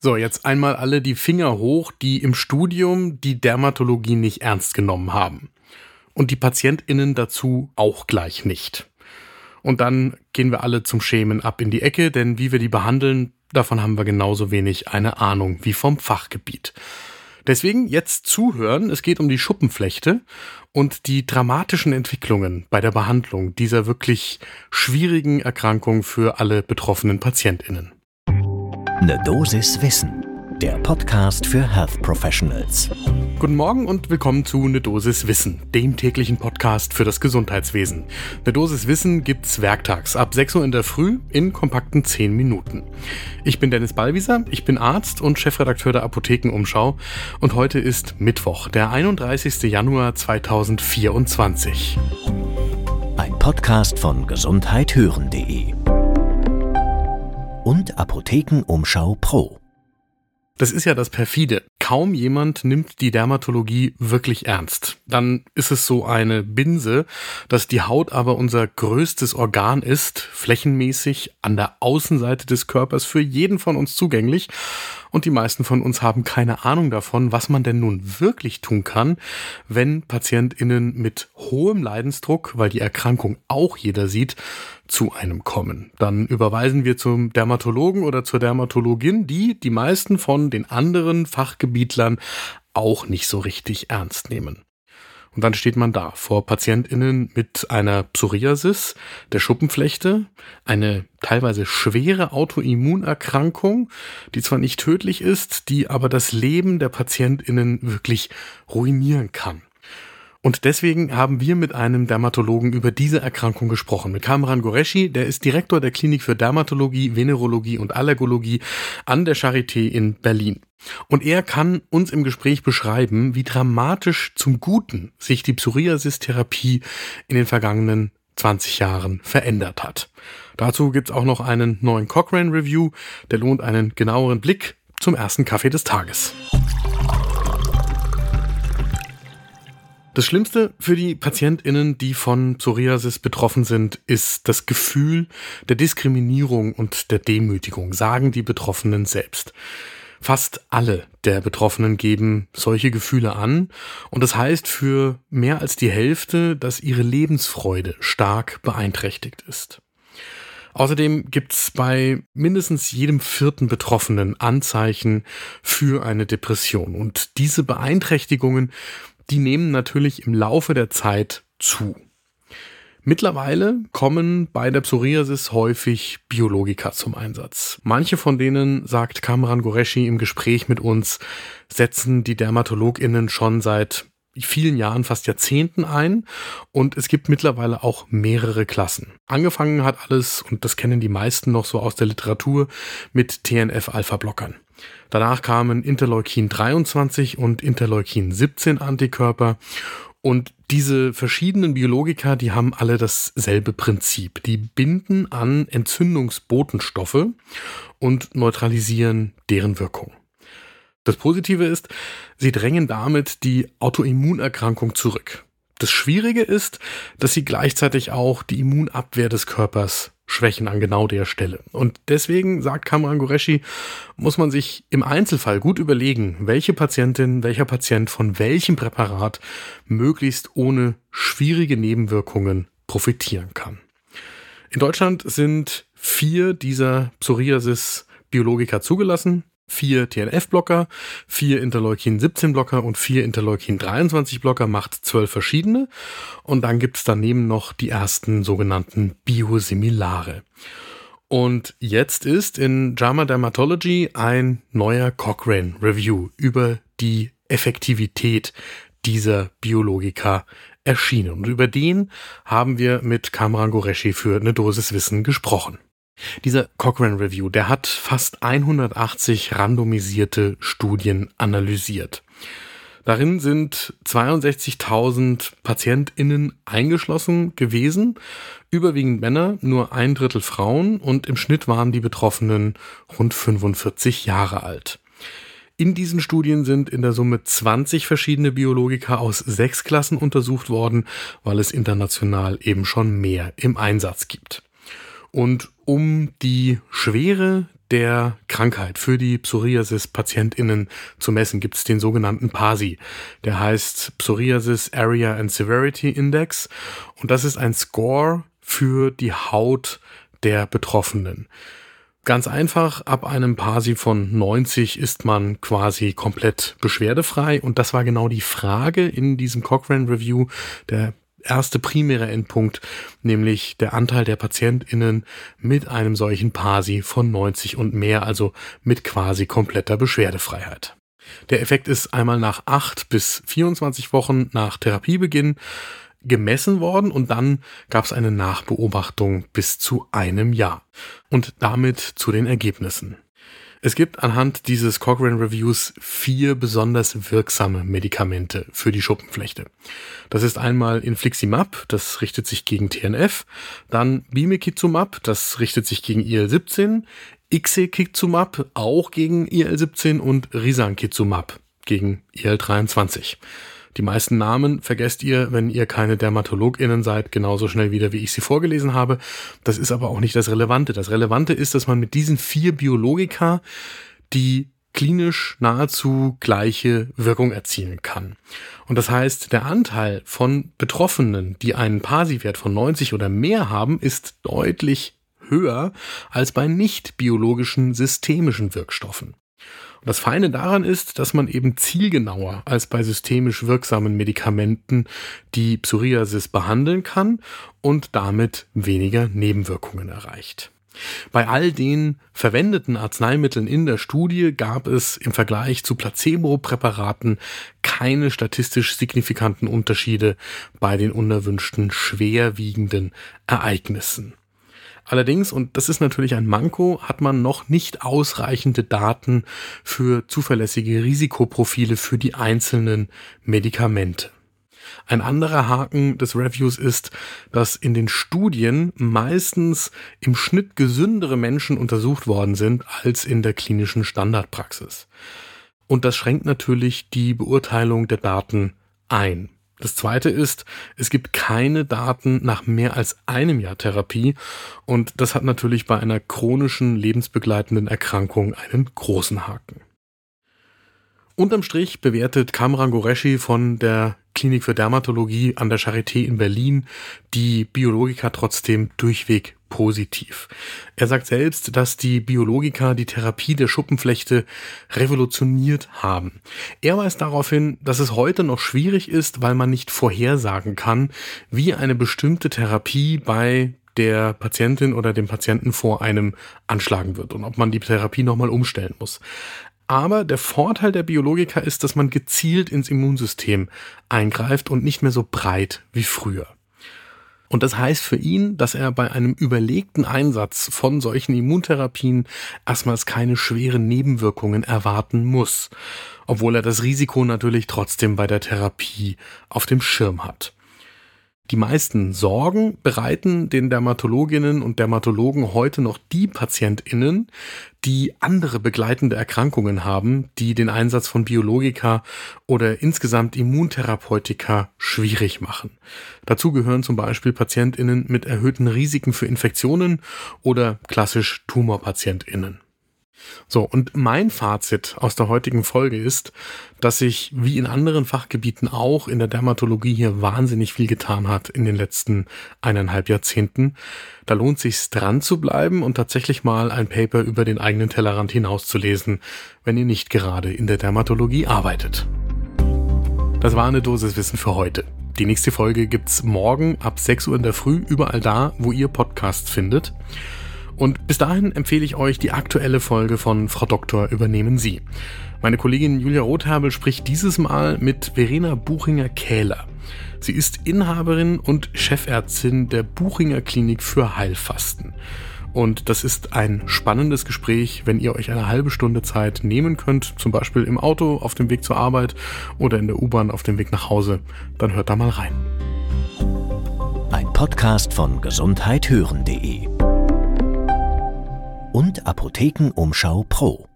So, jetzt einmal alle die Finger hoch, die im Studium die Dermatologie nicht ernst genommen haben. Und die PatientInnen dazu auch gleich nicht. Und dann gehen wir alle zum Schämen ab in die Ecke, denn wie wir die behandeln, davon haben wir genauso wenig eine Ahnung wie vom Fachgebiet. Deswegen jetzt zuhören, es geht um die Schuppenflechte und die dramatischen Entwicklungen bei der Behandlung dieser wirklich schwierigen Erkrankung für alle betroffenen PatientInnen. Eine Dosis Wissen, der Podcast für Health Professionals. Guten Morgen und willkommen zu Eine Dosis Wissen, dem täglichen Podcast für das Gesundheitswesen. Eine Dosis Wissen gibt's werktags ab 6 Uhr in der Früh in kompakten 10 Minuten. Ich bin Dennis Ballwieser, ich bin Arzt und Chefredakteur der Apothekenumschau und heute ist Mittwoch, der 31. Januar 2024. Ein Podcast von gesundheithören.de und Apothekenumschau Pro. Das ist ja das Perfide. Kaum jemand nimmt die Dermatologie wirklich ernst. Dann ist es so eine Binse, dass die Haut aber unser größtes Organ ist, flächenmäßig an der Außenseite des Körpers für jeden von uns zugänglich. Und die meisten von uns haben keine Ahnung davon, was man denn nun wirklich tun kann, wenn PatientInnen mit hohem Leidensdruck, weil die Erkrankung auch jeder sieht, zu einem kommen. Dann überweisen wir zum Dermatologen oder zur Dermatologin, die meisten von den anderen Fachgebietlern auch nicht so richtig ernst nehmen. Und dann steht man da vor PatientInnen mit einer Psoriasis, der Schuppenflechte, eine teilweise schwere Autoimmunerkrankung, die zwar nicht tödlich ist, die aber das Leben der PatientInnen wirklich ruinieren kann. Und deswegen haben wir mit einem Dermatologen über diese Erkrankung gesprochen, mit Kamran Qureshi, der ist Direktor der Klinik für Dermatologie, Venerologie und Allergologie an der Charité in Berlin. Und er kann uns im Gespräch beschreiben, wie dramatisch zum Guten sich die Psoriasis-Therapie in den vergangenen 20 Jahren verändert hat. Dazu gibt's auch noch einen neuen Cochrane-Review, der lohnt einen genaueren Blick zum ersten Kaffee des Tages. Das Schlimmste für die PatientInnen, die von Psoriasis betroffen sind, ist das Gefühl der Diskriminierung und der Demütigung, sagen die Betroffenen selbst. Fast alle der Betroffenen geben solche Gefühle an und das heißt für mehr als die Hälfte, dass ihre Lebensfreude stark beeinträchtigt ist. Außerdem gibt's bei mindestens jedem 4. Betroffenen Anzeichen für eine Depression und diese Beeinträchtigungen, die nehmen natürlich im Laufe der Zeit zu. Mittlerweile kommen bei der Psoriasis häufig Biologika zum Einsatz. Manche von denen, sagt Kamran Qureshi im Gespräch mit uns, setzen die DermatologInnen schon seit vielen Jahren, fast Jahrzehnten ein und es gibt mittlerweile auch mehrere Klassen. Angefangen hat alles, und das kennen die meisten noch so aus der Literatur, mit TNF-Alpha-Blockern. Danach kamen Interleukin 23 und Interleukin 17 Antikörper und diese verschiedenen Biologika, die haben alle dasselbe Prinzip. Die binden an Entzündungsbotenstoffe und neutralisieren deren Wirkung. Das Positive ist, sie drängen damit die Autoimmunerkrankung zurück. Das Schwierige ist, dass sie gleichzeitig auch die Immunabwehr des Körpers schwächen an genau der Stelle. Und deswegen, sagt Kamran Qureshi, muss man sich im Einzelfall gut überlegen, welche Patientin, welcher Patient von welchem Präparat möglichst ohne schwierige Nebenwirkungen profitieren kann. In Deutschland sind 4 dieser Psoriasis-Biologika zugelassen. 4 TNF-Blocker, 4 Interleukin-17-Blocker und 4 Interleukin-23-Blocker, macht 12 verschiedene. Und dann gibt's daneben noch die ersten sogenannten Biosimilare. Und jetzt ist in JAMA Dermatology ein neuer Cochrane-Review über die Effektivität dieser Biologika erschienen. Und über den haben wir mit Kamran Qureshi für eine Dosis Wissen gesprochen. Dieser Cochrane Review, der hat fast 180 randomisierte Studien analysiert. Darin sind 62.000 PatientInnen eingeschlossen gewesen, überwiegend Männer, nur 1/3 Frauen und im Schnitt waren die Betroffenen rund 45 Jahre alt. In diesen Studien sind in der Summe 20 verschiedene Biologika aus 6 Klassen untersucht worden, weil es international eben schon mehr im Einsatz gibt. Und um die Schwere der Krankheit für die Psoriasis-PatientInnen zu messen, gibt es den sogenannten PASI. Der heißt Psoriasis Area and Severity Index und das ist ein Score für die Haut der Betroffenen. Ganz einfach, ab einem PASI von 90 ist man quasi komplett beschwerdefrei und das war genau die Frage in diesem Cochrane Review, der erste primäre Endpunkt, nämlich der Anteil der PatientInnen mit einem solchen PASI von 90 und mehr, also mit quasi kompletter Beschwerdefreiheit. Der Effekt ist einmal nach 8 bis 24 Wochen nach Therapiebeginn gemessen worden und dann gab es eine Nachbeobachtung bis zu einem Jahr. Und damit zu den Ergebnissen. Es gibt anhand dieses Cochrane Reviews 4 besonders wirksame Medikamente für die Schuppenflechte. Das ist einmal Infliximab, das richtet sich gegen TNF, dann Bimekizumab, das richtet sich gegen IL-17, Ixekizumab, auch gegen IL-17 und Risankizumab gegen IL-23. Die meisten Namen vergesst ihr, wenn ihr keine DermatologInnen seid, genauso schnell wieder, wie ich sie vorgelesen habe. Das ist aber auch nicht das Relevante. Das Relevante ist, dass man mit diesen 4 Biologika die klinisch nahezu gleiche Wirkung erzielen kann. Und das heißt, der Anteil von Betroffenen, die einen PASI-Wert von 90 oder mehr haben, ist deutlich höher als bei nicht biologischen systemischen Wirkstoffen. Und das Feine daran ist, dass man eben zielgenauer als bei systemisch wirksamen Medikamenten die Psoriasis behandeln kann und damit weniger Nebenwirkungen erreicht. Bei all den verwendeten Arzneimitteln in der Studie gab es im Vergleich zu Placebo-Präparaten keine statistisch signifikanten Unterschiede bei den unerwünschten schwerwiegenden Ereignissen. Allerdings, und das ist natürlich ein Manko, hat man noch nicht ausreichende Daten für zuverlässige Risikoprofile für die einzelnen Medikamente. Ein anderer Haken des Reviews ist, dass in den Studien meistens im Schnitt gesündere Menschen untersucht worden sind als in der klinischen Standardpraxis. Und das schränkt natürlich die Beurteilung der Daten ein. Das Zweite ist, es gibt keine Daten nach mehr als einem Jahr Therapie und das hat natürlich bei einer chronischen lebensbegleitenden Erkrankung einen großen Haken. Unterm Strich bewertet Kamran Qureshi von der Klinik für Dermatologie an der Charité in Berlin die Biologika trotzdem durchweg positiv. Er sagt selbst, dass die Biologika die Therapie der Schuppenflechte revolutioniert haben. Er weist darauf hin, dass es heute noch schwierig ist, weil man nicht vorhersagen kann, wie eine bestimmte Therapie bei der Patientin oder dem Patienten vor einem anschlagen wird und ob man die Therapie nochmal umstellen muss. Aber der Vorteil der Biologika ist, dass man gezielt ins Immunsystem eingreift und nicht mehr so breit wie früher. Und das heißt für ihn, dass er bei einem überlegten Einsatz von solchen Immuntherapien erstmals keine schweren Nebenwirkungen erwarten muss, obwohl er das Risiko natürlich trotzdem bei der Therapie auf dem Schirm hat. Die meisten Sorgen bereiten den Dermatologinnen und Dermatologen heute noch die PatientInnen, die andere begleitende Erkrankungen haben, die den Einsatz von Biologika oder insgesamt Immuntherapeutika schwierig machen. Dazu gehören zum Beispiel PatientInnen mit erhöhten Risiken für Infektionen oder klassisch TumorpatientInnen. So, und mein Fazit aus der heutigen Folge ist, dass sich wie in anderen Fachgebieten auch in der Dermatologie hier wahnsinnig viel getan hat in den letzten 1,5 Jahrzehnten. Da lohnt es sich dran zu bleiben und tatsächlich mal ein Paper über den eigenen Tellerrand hinauszulesen, wenn ihr nicht gerade in der Dermatologie arbeitet. Das war eine Dosis Wissen für heute. Die nächste Folge gibt's morgen ab 6 Uhr in der Früh überall da, wo ihr Podcasts findet. Und bis dahin empfehle ich euch die aktuelle Folge von Frau Doktor übernehmen Sie. Meine Kollegin Julia Rotherbel spricht dieses Mal mit Verena Buchinger-Kähler. Sie ist Inhaberin und Chefärztin der Buchinger Klinik für Heilfasten. Und das ist ein spannendes Gespräch, wenn ihr euch eine halbe Stunde Zeit nehmen könnt, zum Beispiel im Auto auf dem Weg zur Arbeit oder in der U-Bahn auf dem Weg nach Hause, dann hört da mal rein. Ein Podcast von gesundheithören.de und Apothekenumschau Pro.